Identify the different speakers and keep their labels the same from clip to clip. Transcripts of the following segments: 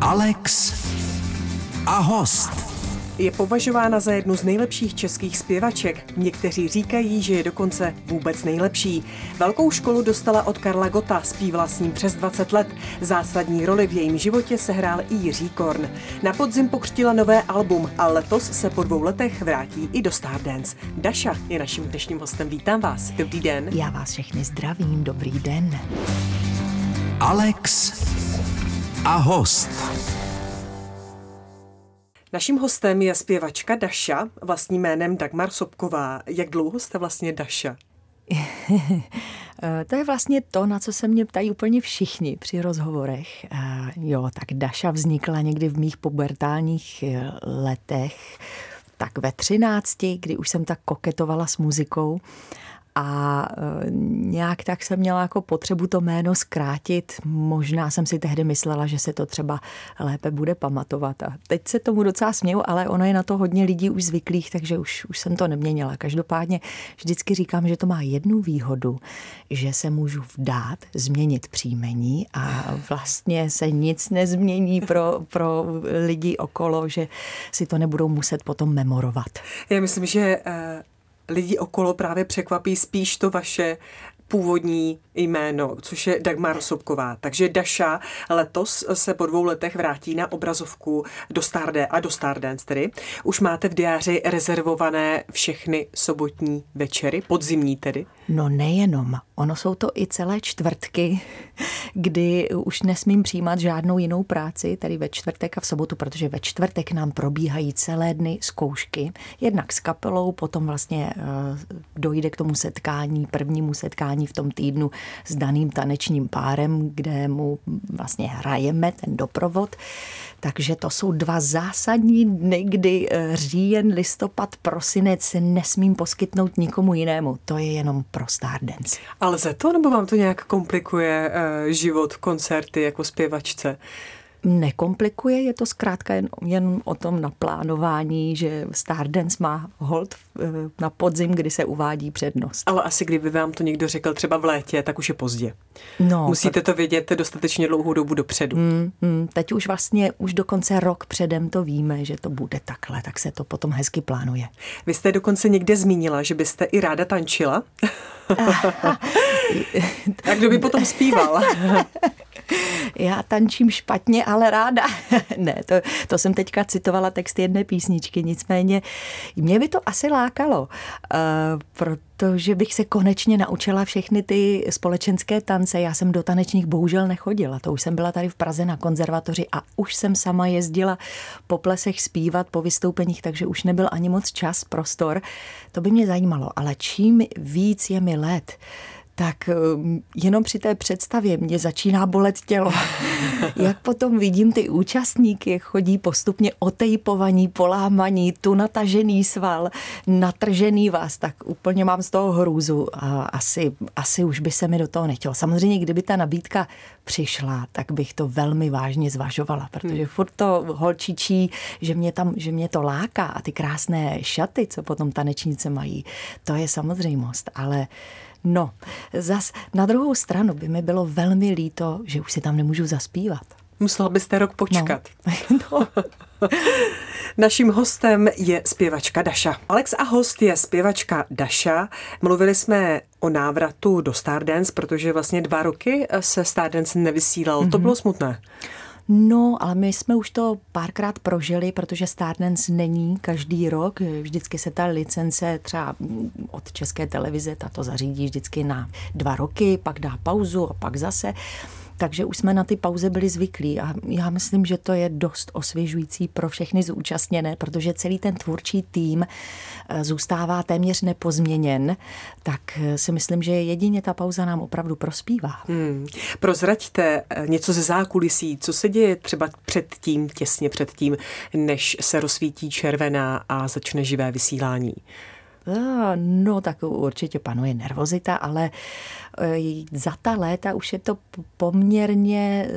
Speaker 1: Alex a host.
Speaker 2: Je považována za jednu z nejlepších českých zpěvaček. Někteří říkají, že je dokonce vůbec nejlepší. Velkou školu dostala od Karla Gotta, zpívala s ním přes 20 let. Zásadní roli v jejím životě sehrál i Jiří Korn. Na podzim pokřtila nové album a letos se po 2 letech vrátí i do Stardance. Daša je naším dnešním hostem. Vítám vás. Dobrý den.
Speaker 3: Já vás všechny zdravím. Dobrý den.
Speaker 1: Alex a host.
Speaker 2: Naším hostem je zpěvačka Daša, vlastním jménem Dagmar Sobková. Jak dlouho jste vlastně Daša?
Speaker 3: To je vlastně to, na co se mě ptají úplně všichni při rozhovorech. Tak Daša vznikla někdy v mých pubertálních letech, tak ve 13, kdy už jsem tak koketovala s muzikou. A nějak tak jsem měla jako potřebu to jméno zkrátit. Možná jsem si tehdy myslela, že se to třeba lépe bude pamatovat. A teď se tomu docela směju, ale ono je na to hodně lidí už zvyklých, takže už jsem to neměnila. Každopádně vždycky říkám, že to má jednu výhodu, že se můžu vdát, změnit příjmení a vlastně se nic nezmění pro lidi okolo, že si to nebudou muset potom memorovat.
Speaker 2: Já myslím, že lidi okolo právě překvapí spíš to vaše původní jméno, což je Dagmar Sobková. Takže Daša letos se po 2 letech vrátí na obrazovku do Stardance tedy. Už máte v diáři rezervované všechny sobotní večery, podzimní tedy?
Speaker 3: No nejenom. Ono jsou to i celé čtvrtky, kdy už nesmím přijímat žádnou jinou práci, tedy ve čtvrtek a v sobotu, protože ve čtvrtek nám probíhají celé dny zkoušky. Jednak s kapelou, potom vlastně dojde k tomu prvnímu setkání v tom týdnu s daným tanečním párem, kde mu vlastně hrajeme ten doprovod. Takže to jsou 2 zásadní dny, kdy říjen, listopad, prosinec nesmím poskytnout nikomu jinému. To je jenom pro Stardance.
Speaker 2: Ale lze to, nebo vám to nějak komplikuje život, koncerty jako zpěvačce?
Speaker 3: Nekomplikuje, je to zkrátka jen o tom naplánování, že Stardance má hold na podzim, kdy se uvádí přednost.
Speaker 2: Ale asi kdyby vám to někdo řekl třeba v létě, tak už je pozdě.
Speaker 3: No,
Speaker 2: musíte to vědět dostatečně dlouhou dobu dopředu.
Speaker 3: Teď už dokonce rok předem to víme, že to bude takhle, tak se to potom hezky plánuje.
Speaker 2: Vy jste dokonce někde zmínila, že byste i ráda tančila. A kdo by potom zpíval?
Speaker 3: Já tančím špatně, ale ráda. Ne, to jsem teďka citovala text jedné písničky, nicméně mě by to asi lákalo, protože bych se konečně naučila všechny ty společenské tance. Já jsem do tanečních bohužel nechodila, to už jsem byla tady v Praze na konzervatoři a už jsem sama jezdila po plesech zpívat, po vystoupeních, takže už nebyl ani moc čas, prostor. To by mě zajímalo, ale čím víc je mi let, tak jenom při té představě mě začíná bolet tělo. Jak potom vidím ty účastníky, jak chodí postupně otejpovaní, polámaní, tu natažený sval, natržený vás, tak úplně mám z toho hrůzu a asi už by se mi do toho nechtělo. Samozřejmě, kdyby ta nabídka přišla, tak bych to velmi vážně zvažovala, protože furt to holčičí, že mě to láká a ty krásné šaty, co potom tanečnice mají, to je samozřejmost, ale no, zas na druhou stranu by mi bylo velmi líto, že už si tam nemůžu zaspívat.
Speaker 2: Musela byste rok počkat.
Speaker 3: No.
Speaker 2: Naším hostem je zpěvačka Daša. Alex a host je zpěvačka Daša. Mluvili jsme o návratu do Stardance, protože vlastně 2 roky se Stardance nevysílal. To bylo smutné.
Speaker 3: No, ale my jsme už to párkrát prožili, protože Stardance není každý rok. Vždycky se ta licence třeba od České televize, ta to zařídí vždycky na 2 roky, pak dá pauzu a pak zase. Takže už jsme na ty pauze byli zvyklí a já myslím, že to je dost osvěžující pro všechny zúčastněné, protože celý ten tvůrčí tým zůstává téměř nepozměněn, tak si myslím, že jedině ta pauza nám opravdu prospívá.
Speaker 2: Prozraďte něco ze zákulisí, co se děje třeba těsně předtím, než se rozsvítí červená a začne živé vysílání.
Speaker 3: No, tak určitě panuje nervozita, ale za ta léta už je to poměrně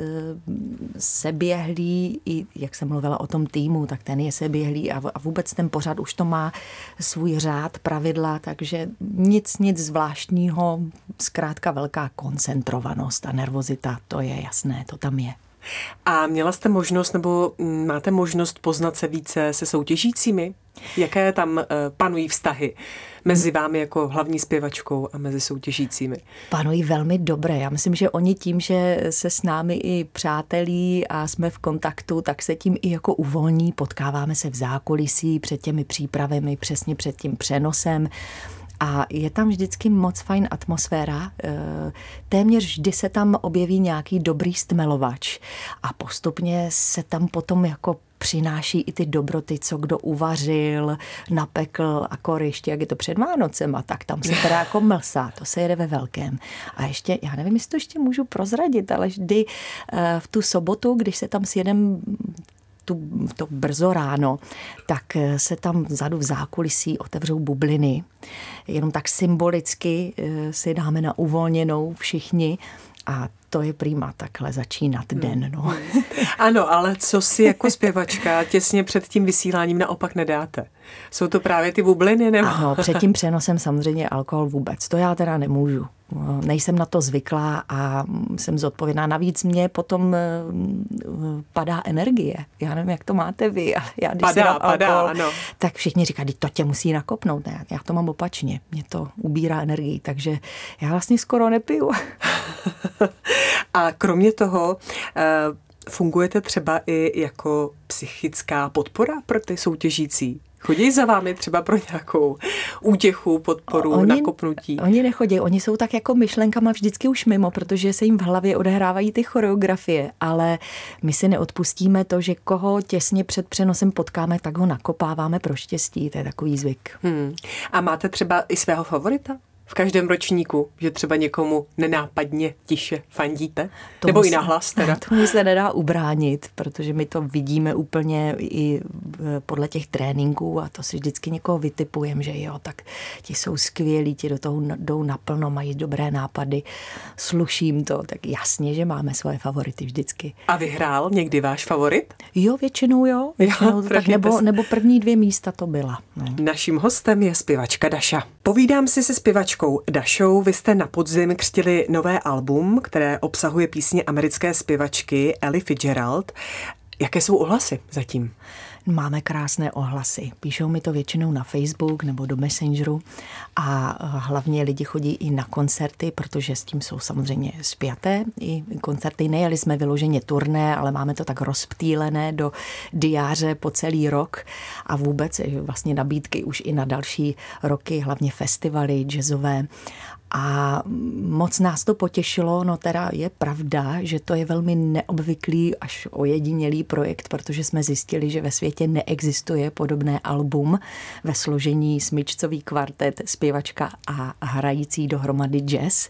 Speaker 3: seběhlý, i jak jsem mluvila o tom týmu, tak ten je seběhlý a vůbec ten pořad už to má svůj řád, pravidla, takže nic zvláštního, zkrátka velká koncentrovanost a nervozita, to je jasné, to tam je.
Speaker 2: A měla jste možnost, nebo máte možnost poznat se více se soutěžícími? Jaké tam panují vztahy mezi vámi jako hlavní zpěvačkou a mezi soutěžícími?
Speaker 3: Panují velmi dobré. Já myslím, že oni tím, že se s námi i přátelí a jsme v kontaktu, tak se tím i jako uvolní. Potkáváme se v zákulisí před těmi přípravami, přesně před tím přenosem. A je tam vždycky moc fajn atmosféra. Téměř vždy se tam objeví nějaký dobrý stmelovač a postupně se tam potom jako přináší i ty dobroty, co kdo uvařil, napekl a ještě, jak je to před Vánocema, tak tam se teda jako mlsá, to se jede ve velkém. A ještě, já nevím, jestli to ještě můžu prozradit, ale vždy v tu sobotu, když se tam sjedem to brzo ráno, tak se tam vzadu v zákulisí otevřou bubliny. Jenom tak symbolicky si dáme na uvolněnou všichni a to je prima takhle začínat den. No.
Speaker 2: Ano, ale co si jako zpěvačka těsně před tím vysíláním naopak nedáte? Jsou to právě ty bubliny? Nebo?
Speaker 3: Ano, před tím přenosem samozřejmě alkohol vůbec. To já teda nemůžu. Nejsem na to zvyklá a jsem zodpovědná. Navíc mě potom padá energie. Já nevím, jak to máte vy, ale já když si dám alkohol,
Speaker 2: ano.
Speaker 3: Tak všichni říkají, to tě musí nakopnout. Ne, já to mám opačně. Mě to ubírá energii, takže já vlastně skoro nepiju.
Speaker 2: A kromě toho fungujete třeba i jako psychická podpora pro ty soutěžící? Chodí za vámi třeba pro nějakou útěchu, podporu, nakopnutí?
Speaker 3: Oni nechodí, oni jsou tak jako myšlenkama vždycky už mimo, protože se jim v hlavě odehrávají ty choreografie, ale my si neodpustíme to, že koho těsně před přenosem potkáme, tak ho nakopáváme pro štěstí, to je takový zvyk.
Speaker 2: A máte třeba i svého favorita? V každém ročníku, že třeba někomu nenápadně tiše fandíte? Nebo i nahlas teda?
Speaker 3: Tomu se nedá ubránit, protože my to vidíme úplně i podle těch tréninků a to si vždycky někoho vytipujeme, že jo, tak ti jsou skvělí, ti do toho jdou naplno, mají dobré nápady, sluším to, tak jasně, že máme svoje favority vždycky.
Speaker 2: A vyhrál někdy váš favorit?
Speaker 3: Jo, většinou jo. Tak nebo první 2 místa to byla. No.
Speaker 2: Naším hostem je zpěvačka Daša. Povídám si se zpěvačkou Dašou. Vy jste na podzim křtili nové album, které obsahuje písně americké zpěvačky Ellie Fitzgerald. Jaké jsou ohlasy zatím?
Speaker 3: Máme krásné ohlasy. Píšou mi to většinou na Facebook nebo do Messengeru a hlavně lidi chodí i na koncerty, protože s tím jsou samozřejmě spjaté i koncerty. Nejeli jsme vyloženě turné, ale máme to tak rozptýlené do diáře po celý rok a vůbec vlastně nabídky už i na další roky, hlavně festivaly jazzové. A moc nás to potěšilo, no teda je pravda, že to je velmi neobvyklý až ojedinělý projekt, protože jsme zjistili, že ve světě neexistuje podobné album ve složení smyčcový kvartet, zpěvačka a hrající dohromady jazz.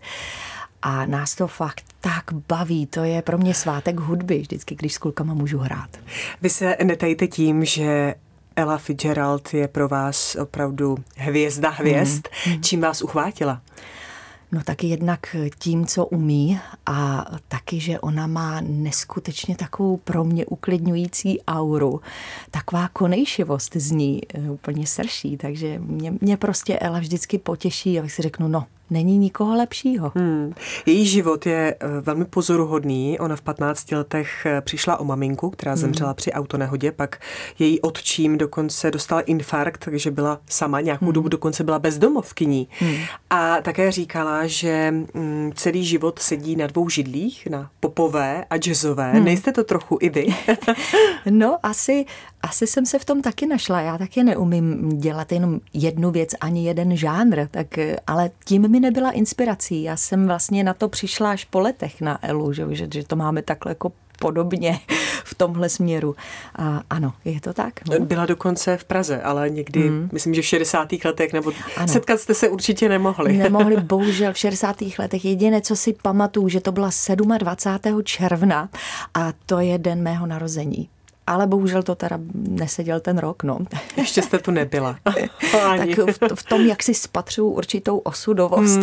Speaker 3: A nás to fakt tak baví, to je pro mě svátek hudby, vždycky, když s klukama můžu hrát.
Speaker 2: Vy se netajte tím, že Ella Fitzgerald je pro vás opravdu hvězda hvězd. Čím vás uchvátila?
Speaker 3: No taky jednak tím, co umí a taky, že ona má neskutečně takovou pro mě uklidňující auru. Taková konejšivost z ní úplně srší, takže mě prostě Ela vždycky potěší, abych si řeknu, no, není nikoho lepšího.
Speaker 2: Její život je velmi pozoruhodný. Ona v 15 letech přišla o maminku, která zemřela při autonehodě, pak její otčím dokonce dostala infarkt, takže byla sama nějakou dobu, dokonce byla bezdomovkyní. A také říkala, že celý život sedí na 2 židlích, na popové a jazzové. Nejste to trochu i vy?
Speaker 3: No, asi jsem se v tom taky našla. Já taky neumím dělat jenom jednu věc, ani jeden žánr, ale tím mi nebyla inspirací. Já jsem vlastně na to přišla až po letech na Elu, že to máme takhle jako podobně v tomhle směru. A ano, je to tak. No.
Speaker 2: Byla dokonce v Praze, ale někdy, myslím, že v 60. letech, nebo ano. Setkat jste se určitě nemohli.
Speaker 3: Nemohli, bohužel v 60. letech. Jediné, co si pamatuju, že to byla 27. června a to je den mého narození. Ale bohužel to teda neseděl ten rok, no.
Speaker 2: Ještě jste tu nebyla.
Speaker 3: Tak v tom, jak si spatřuju určitou osudovost.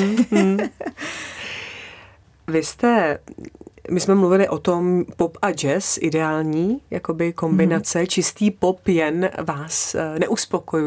Speaker 2: My jsme mluvili o tom pop a jazz, ideální jakoby kombinace. Čistý pop jen vás neuspokojuje?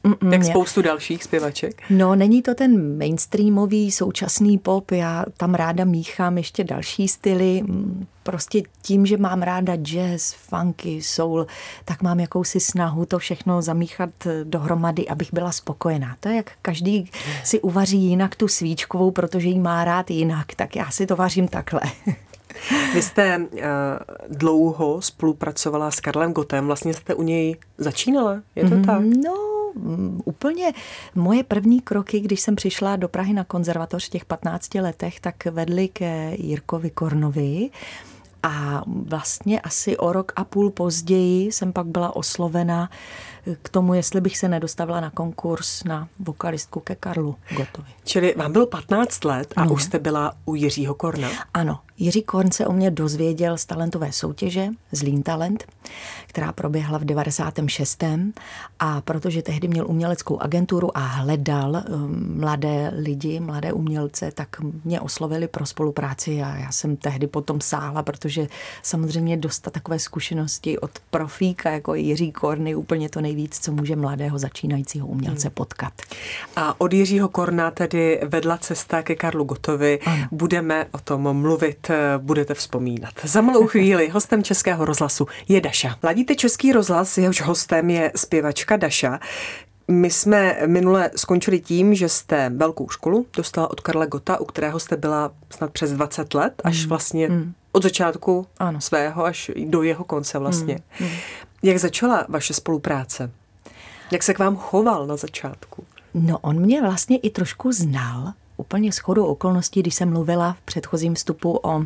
Speaker 2: Jak spoustu dalších zpěvaček?
Speaker 3: No, není to ten mainstreamový současný pop, já tam ráda míchám ještě další styly. Prostě tím, že mám ráda jazz, funky, soul, tak mám jakousi snahu to všechno zamíchat dohromady, abych byla spokojená. To je, jak každý si uvaří jinak tu svíčkovou, protože jí má rád jinak, tak já si to vařím takhle.
Speaker 2: Vy jste dlouho spolupracovala s Karlem Gottem, vlastně jste u něj začínala, je to tak?
Speaker 3: No, úplně moje první kroky, když jsem přišla do Prahy na konzervatoř v těch 15 letech, tak vedly ke Jirkovi Kornovi. A vlastně asi o rok a půl později jsem pak byla oslovena k tomu, jestli bych se nedostavila na konkurs na vokalistku ke Karlu Gottovi.
Speaker 2: Čili vám bylo 15 let a už jste byla u Jiřího Korna?
Speaker 3: Ano. Jiří Korn se o mě dozvěděl z talentové soutěže Zlín Talent, která proběhla v 96. A protože tehdy měl uměleckou agenturu a hledal mladé lidi, mladé umělce, tak mě oslovili pro spolupráci a já jsem tehdy potom sáhla, protože samozřejmě dostat takové zkušenosti od profíka jako Jiří Korn je úplně to nejvíc, co může mladého začínajícího umělce potkat.
Speaker 2: A od Jiřího Korna tedy vedla cesta ke Karlu Gottovi. Ano. Budeme o tom mluvit, budete vzpomínat. Za malou chvíli hostem Českého rozhlasu je Daša. Ladíte Český rozhlas, jehož hostem je zpěvačka Daša. My jsme minule skončili tím, že jste velkou školu dostala od Karla Gotta, u kterého jste byla snad přes 20 let, až vlastně od začátku svého až do jeho konce vlastně. Jak začala vaše spolupráce? Jak se k vám choval na začátku?
Speaker 3: No, on mě vlastně i trošku znal, úplně shodou okolností, když jsem mluvila v předchozím vstupu o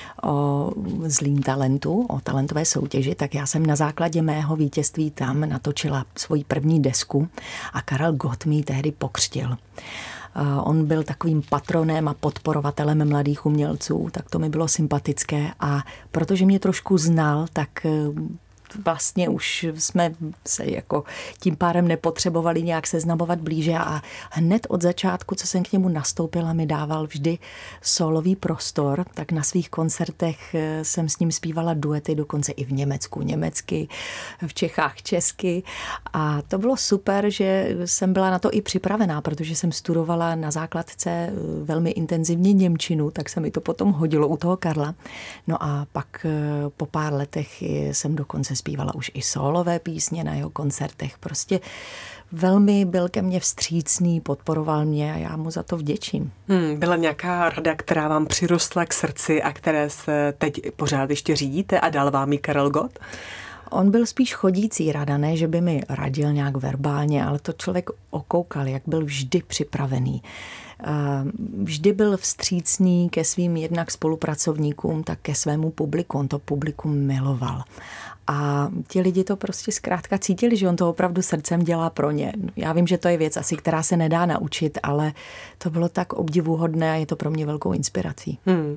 Speaker 3: Zlín Talentu, o talentové soutěži, tak já jsem na základě mého vítězství tam natočila svoji první desku a Karel Gott mi tehdy pokřtil. On byl takovým patronem a podporovatelem mladých umělců, tak to mi bylo sympatické a protože mě trošku znal, tak vlastně už jsme se jako tím pádem nepotřebovali nějak seznamovat blíže a hned od začátku, co jsem k němu nastoupila, mi dával vždy solový prostor, tak na svých koncertech jsem s ním zpívala duety, dokonce i v Německu německy, v Čechách česky a to bylo super, že jsem byla na to i připravená, protože jsem studovala na základce velmi intenzivně němčinu, tak se mi to potom hodilo u toho Karla. No a pak po pár letech jsem dokonce zpívala už i sólové písně na jeho koncertech. Prostě velmi byl ke mně vstřícný, podporoval mě a já mu za to vděčím.
Speaker 2: Byla nějaká rada, která vám přirostla k srdci a které se teď pořád ještě řídíte a dal vám ji Karel Gott?
Speaker 3: On byl spíš chodící rada, ne, že by mi radil nějak verbálně, ale to člověk okoukal, jak byl vždy připravený. Vždy byl vstřícný ke svým jednak spolupracovníkům, tak ke svému publiku. On to publikum miloval. A ti lidi to prostě zkrátka cítili, že on to opravdu srdcem dělá pro ně. Já vím, že to je věc asi, která se nedá naučit, ale to bylo tak obdivuhodné a je to pro mě velkou inspirací.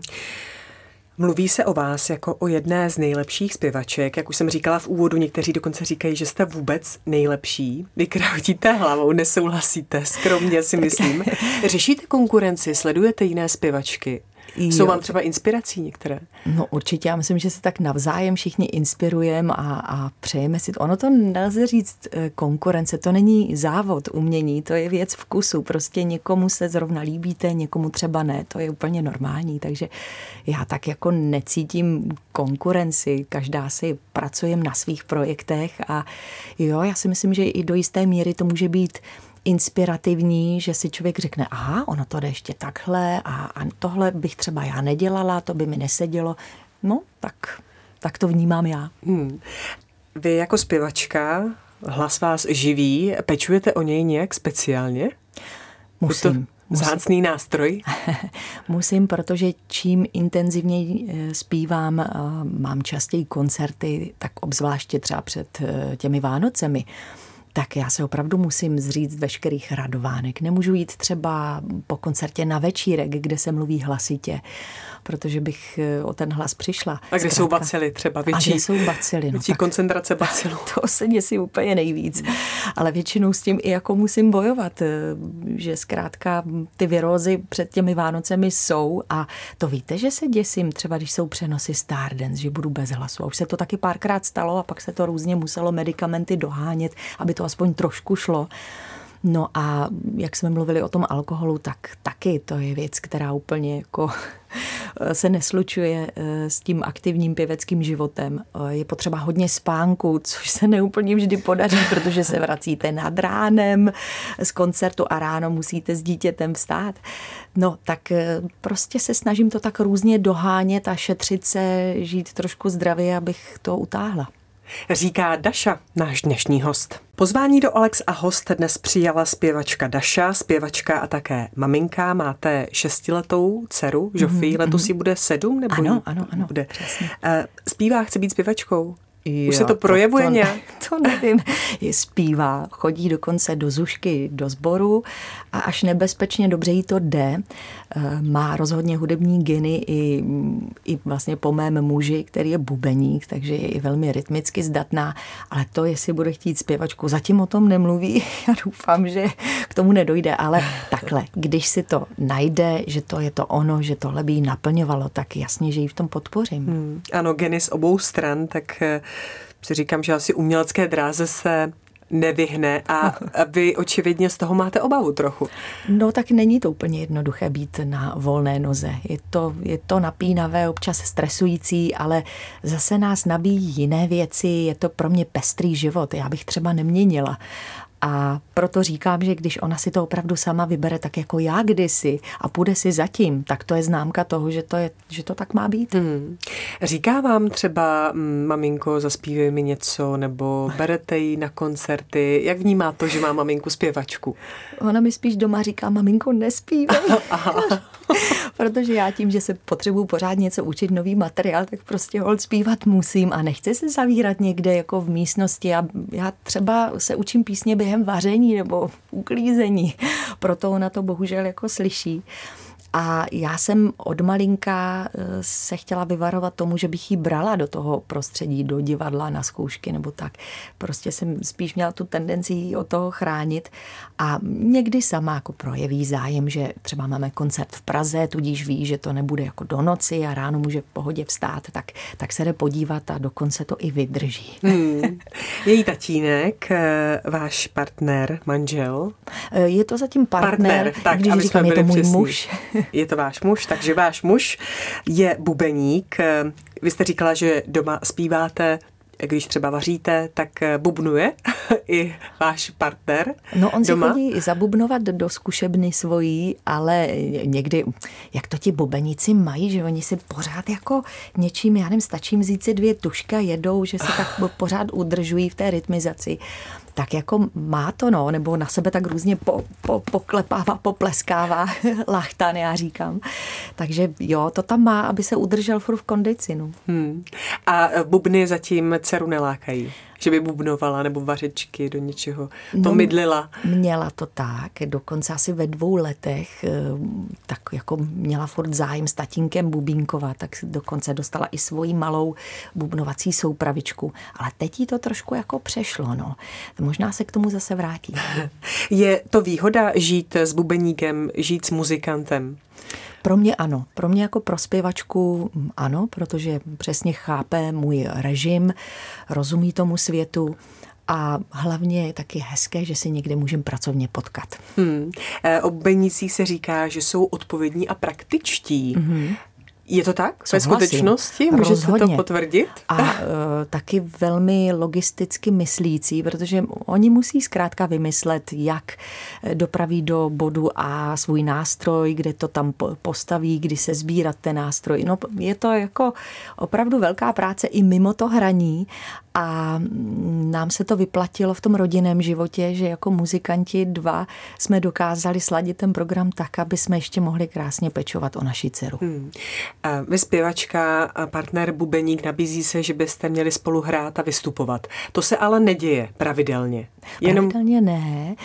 Speaker 2: Mluví se o vás jako o jedné z nejlepších zpěvaček. Jak už jsem říkala v úvodu, někteří dokonce říkají, že jste vůbec nejlepší. Vy kroutíte hlavou, nesouhlasíte, skromně si myslím. Řešíte konkurenci, sledujete jiné zpěvačky? Jsou vám třeba inspirací některé?
Speaker 3: No určitě, já myslím, že se tak navzájem všichni inspirujeme a přejeme si to. Ono to nelze říct konkurence, to není závod umění, to je věc vkusu. Prostě někomu se zrovna líbíte, někomu třeba ne, to je úplně normální, takže já tak jako necítím konkurenci, každá si pracujeme na svých projektech a jo, já si myslím, že i do jisté míry to může být inspirativní, že si člověk řekne, aha, ono to jde ještě takhle a tohle bych třeba já nedělala, to by mi nesedělo. No, tak to vnímám já.
Speaker 2: Vy jako zpěvačka, hlas vás živí, pečujete o něj nějak speciálně?
Speaker 3: Musím.
Speaker 2: Vzácný nástroj?
Speaker 3: Musím, protože čím intenzivněji zpívám, mám častěji koncerty, tak obzvláště třeba před těmi Vánocemi, tak já se opravdu musím zříct veškerých radovánek. Nemůžu jít třeba po koncertě na večírek, kde se mluví hlasitě, protože bych o ten hlas přišla.
Speaker 2: A kde jsou bacily třeba větší?
Speaker 3: A kde jsou bacily?
Speaker 2: Větší koncentrace bacilů.
Speaker 3: To se děsí úplně nejvíc. Ale většinou s tím i jako musím bojovat, že zkrátka ty virózy před těmi Vánocemi jsou a to víte, že se děsím třeba, když jsou přenosy Stardance, že budu bez hlasu. A už se to taky párkrát stalo a pak se to různě muselo medikamenty dohánět, aby to aspoň trošku šlo. No a jak jsme mluvili o tom alkoholu, tak taky to je věc, která úplně jako se neslučuje s tím aktivním pěveckým životem. Je potřeba hodně spánku, což se neúplně vždy podaří, protože se vracíte nad ránem z koncertu a ráno musíte s dítětem vstát. No tak prostě se snažím to tak různě dohánět a šetřit se, žít trošku zdravě, abych to utáhla.
Speaker 2: Říká Daša, náš dnešní host. Pozvání do Alex a host dnes přijala zpěvačka Daša, zpěvačka a také maminka. Máte 6letou dceru, Žofii, letos jí bude 7? Nebo
Speaker 3: Ano,
Speaker 2: bude?
Speaker 3: Přesně.
Speaker 2: Zpívá, chce být zpěvačkou? Už se to projevuje nějak?
Speaker 3: To nevím. Zpívá, chodí dokonce do Zušky, do sboru a až nebezpečně dobře jí to jde. Má rozhodně hudební geny i vlastně po mém muži, který je bubeník, takže je i velmi rytmicky zdatná, ale to, jestli bude chtít zpěvačku, zatím o tom nemluví. Já doufám, že k tomu nedojde, ale takhle, když si to najde, že to je to ono, že tohle by jí naplňovalo, tak jasně, že ji v tom podpořím.
Speaker 2: Ano, geny z obou stran, tak si říkám, že asi umělecké dráze se nevyhne a vy očividně z toho máte obavu trochu.
Speaker 3: No tak není to úplně jednoduché být na volné noze. Je to napínavé, občas stresující, ale zase nás nabíjí jiné věci, je to pro mě pestrý život, já bych třeba neměnila. A proto říkám, že když ona si to opravdu sama vybere tak jako já kdysi a půjde si zatím, tak to je známka toho, že to tak má být.
Speaker 2: Říká vám třeba, maminko, zaspívej mi něco, nebo berete ji na koncerty? Jak vnímá to, že má maminku zpěvačku?
Speaker 3: Ona mi spíš doma říká, maminko, nespívej. Protože já tím, že se potřebuju pořád něco učit, nový materiál, tak prostě holt zpívat musím a nechci se zavírat někde jako v místnosti. Já třeba se učím písně během vaření nebo uklízení, proto ona to bohužel jako slyší. A já jsem od malinka se chtěla vyvarovat tomu, že bych ji brala do toho prostředí, do divadla, na zkoušky nebo tak. Prostě jsem spíš měla tu tendenci ji od toho chránit a někdy sama jako projeví zájem, že třeba máme koncert v Praze, tudíž ví, že to nebude jako do noci a ráno může v pohodě vstát, tak se jde podívat a dokonce to i vydrží.
Speaker 2: Její tatínek, váš partner, manžel?
Speaker 3: Je to zatím partner
Speaker 2: tak,
Speaker 3: když říkám, je to můj muž.
Speaker 2: Je to váš muž, takže váš muž je bubeník. Vy jste říkala, že doma zpíváte, když třeba vaříte, tak bubnuje i váš partner.
Speaker 3: No on
Speaker 2: doma.
Speaker 3: si chodí zabubnovat do zkušebny svojí, ale někdy, jak to ti bubeníci mají, že oni si pořád jako něčím, já nevím, stačí vzít si 2 tušky a jedou, že se tak pořád udržují v té rytmizaci. Tak jako má to, no, nebo na sebe tak různě poklepává, popleskává, lachtan, já říkám. Takže jo, to tam má, aby se udržel furt v kondici, no.
Speaker 2: A bubny zatím dceru nelákají? Že by bubnovala nebo vařečky do něčeho, to mydlila?
Speaker 3: Měla to tak, dokonce asi ve 2 letech, tak jako měla furt zájem s tatínkem bubínkovat, tak dokonce dostala i svoji malou bubnovací soupravičku. Ale teď jí to trošku jako přešlo, no. Možná se k tomu zase vrátí.
Speaker 2: Je to výhoda žít s bubeníkem, žít s muzikantem?
Speaker 3: Pro mě ano. Pro mě jako pro zpěvačku ano, protože přesně chápe můj režim, rozumí tomu světu a hlavně je taky hezké, že si někde můžeme pracovně potkat.
Speaker 2: O bubenících se říká, že jsou odpovědní a praktičtí. Je to tak? Ve skutečnosti? Můžete to potvrdit?
Speaker 3: A taky velmi logisticky myslící, protože oni musí zkrátka vymyslet, jak dopraví do bodu A svůj nástroj, kde to tam postaví, kdy se sbírat ten nástroj. No, je to jako opravdu velká práce i mimo to hraní a nám se to vyplatilo v tom rodinném životě, že jako muzikanti 2 jsme dokázali sladit ten program tak, aby jsme ještě mohli krásně pečovat o naši dceru.
Speaker 2: Vy zpěvačka a partner bubeník, nabízí se, že byste měli spolu hrát a vystupovat. To se ale neděje pravidelně.
Speaker 3: Pravidelně ne.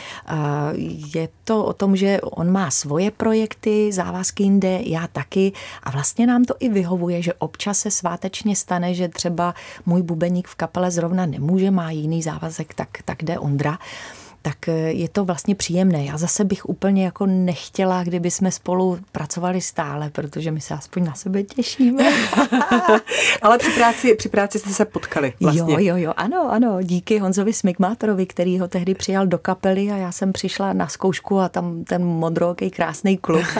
Speaker 3: Je to o tom, že on má svoje projekty, závazky jinde, já taky a vlastně nám to i vyhovuje, že občas se svátečně stane, že třeba můj bubeník v kapele zrovna nemůže, má jiný závazek, tak jde Ondra. tak je to vlastně příjemné. Já zase bych úplně jako nechtěla, kdyby jsme spolu pracovali stále, protože my se aspoň na sebe těšíme.
Speaker 2: Ale při práci jste se potkali vlastně.
Speaker 3: Jo, ano, díky Honzovi Smigmátorovi, který ho tehdy přijal do kapely a já jsem přišla na zkoušku a tam ten modrookej krásný kluk.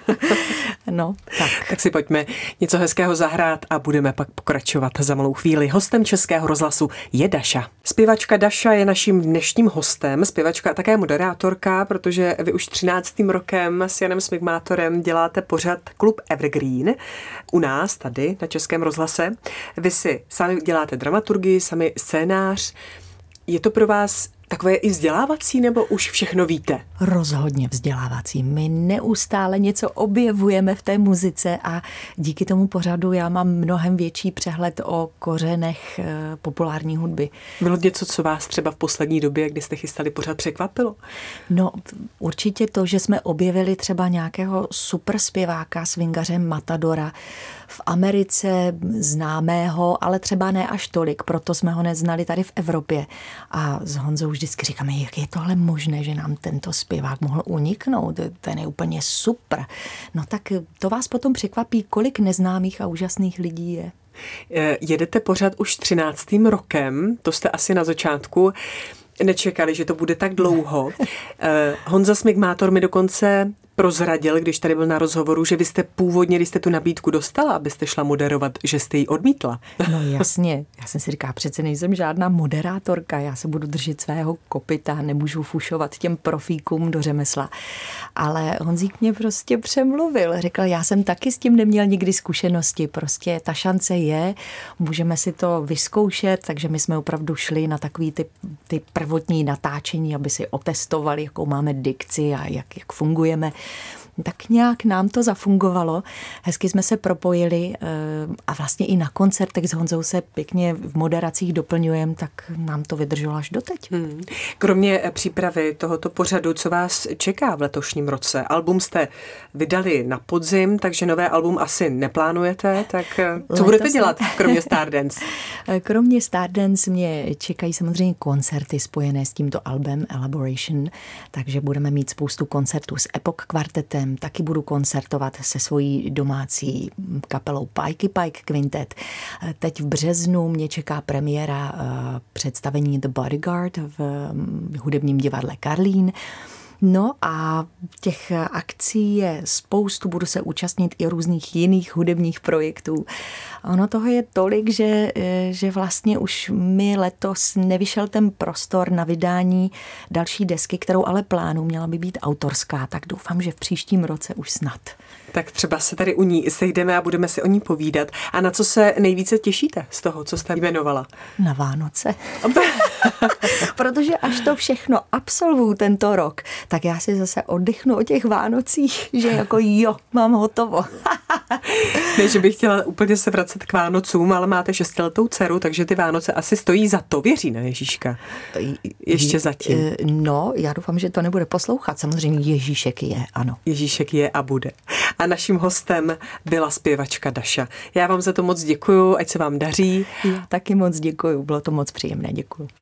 Speaker 3: No,
Speaker 2: tak si pojďme něco hezkého zahrát a budeme pak pokračovat za malou chvíli. Hostem Českého rozhlasu je Daša. Zpěvačka Daša je naším dnešním hostem, zpěvačka a také moderátorka, protože vy už 13. rokem s Janem Smigmátorem děláte pořad Klub Evergreen u nás tady na Českém rozhlase. Vy si sami děláte dramaturgii, sami scénář. Je to pro vás takové i vzdělávací, nebo už všechno víte?
Speaker 3: Rozhodně vzdělávací. My neustále něco objevujeme v té muzice a díky tomu pořadu já mám mnohem větší přehled o kořenech populární hudby.
Speaker 2: Bylo něco, co vás třeba v poslední době, kdy jste chystali pořad, překvapilo?
Speaker 3: No, určitě to, že jsme objevili třeba nějakého super zpěváka, swingaře Matadora, v Americe známého, ale třeba ne až tolik, proto jsme ho neznali tady v Evropě. A s Honzou vždycky říkáme, jak je tohle možné, že nám tento zpěvák mohl uniknout, ten je úplně super. No tak to vás potom překvapí, kolik neznámých a úžasných lidí je.
Speaker 2: Jedete pořad už 13. rokem, to jste asi na začátku nečekali, že to bude tak dlouho. Honza Smigmátor mi dokonce prozradil, když tady byl na rozhovoru, že vy jste původně, když jste tu nabídku dostala, abyste šla moderovat, že jste ji odmítla.
Speaker 3: No jasně, já jsem si říkala, přece nejsem žádná moderátorka, já se budu držet svého kopyta, nemůžu fušovat těm profíkům do řemesla. Ale Honzík mě prostě přemluvil, řekl, já jsem taky s tím neměl nikdy zkušenosti, prostě ta šance je, můžeme si to vyzkoušet, takže my jsme opravdu šli na takový ty prvotní natáčení, aby si otestovali, jakou máme dikci a jak fungujeme. Tak nějak nám to zafungovalo, hezky jsme se propojili a vlastně i na koncertech s Honzou se pěkně v moderacích doplňujeme, tak nám to vydrželo až doteď.
Speaker 2: Kromě přípravy tohoto pořadu, co vás čeká v letošním roce? Album jste vydali na podzim, takže nové album asi neplánujete, tak co budete dělat kromě Stardance?
Speaker 3: Kromě Stardance mě čekají samozřejmě koncerty spojené s tímto albem Elaboration, takže budeme mít spoustu koncertů s Epoch kvartetem, taky budu koncertovat se svojí domácí kapelou Pikey Pike Quintet. Teď v březnu mě čeká premiéra představení The Bodyguard v hudebním divadle Karlín. No a těch akcí je spoustu, budu se účastnit i různých jiných hudebních projektů. Ono toho je tolik, že vlastně už mi letos nevyšel ten prostor na vydání další desky, kterou ale plánu, měla by být autorská, tak doufám, že v příštím roce už snad.
Speaker 2: Tak třeba se tady u ní sejdeme a budeme si o ní povídat. A na co se nejvíce těšíte z toho, co jste jmenovala?
Speaker 3: Na Vánoce. Protože až to všechno absolvuju tento rok, tak já si zase oddechnu o těch Vánocích, že jako jo, mám hotovo.
Speaker 2: Ne, že bych chtěla úplně se vracet k Vánocům, ale máte 6letou dceru, takže ty Vánoce asi stojí za to, věří na Ježíška. Ještě zatím.
Speaker 3: No, já doufám, že to nebude poslouchat. Samozřejmě Ježíšek je, ano.
Speaker 2: Ježíšek je a bude. A naším hostem byla zpěvačka Daša. Já vám za to moc děkuju, ať se vám daří.
Speaker 3: Já taky moc děkuju, bylo to moc příjemné, děkuju.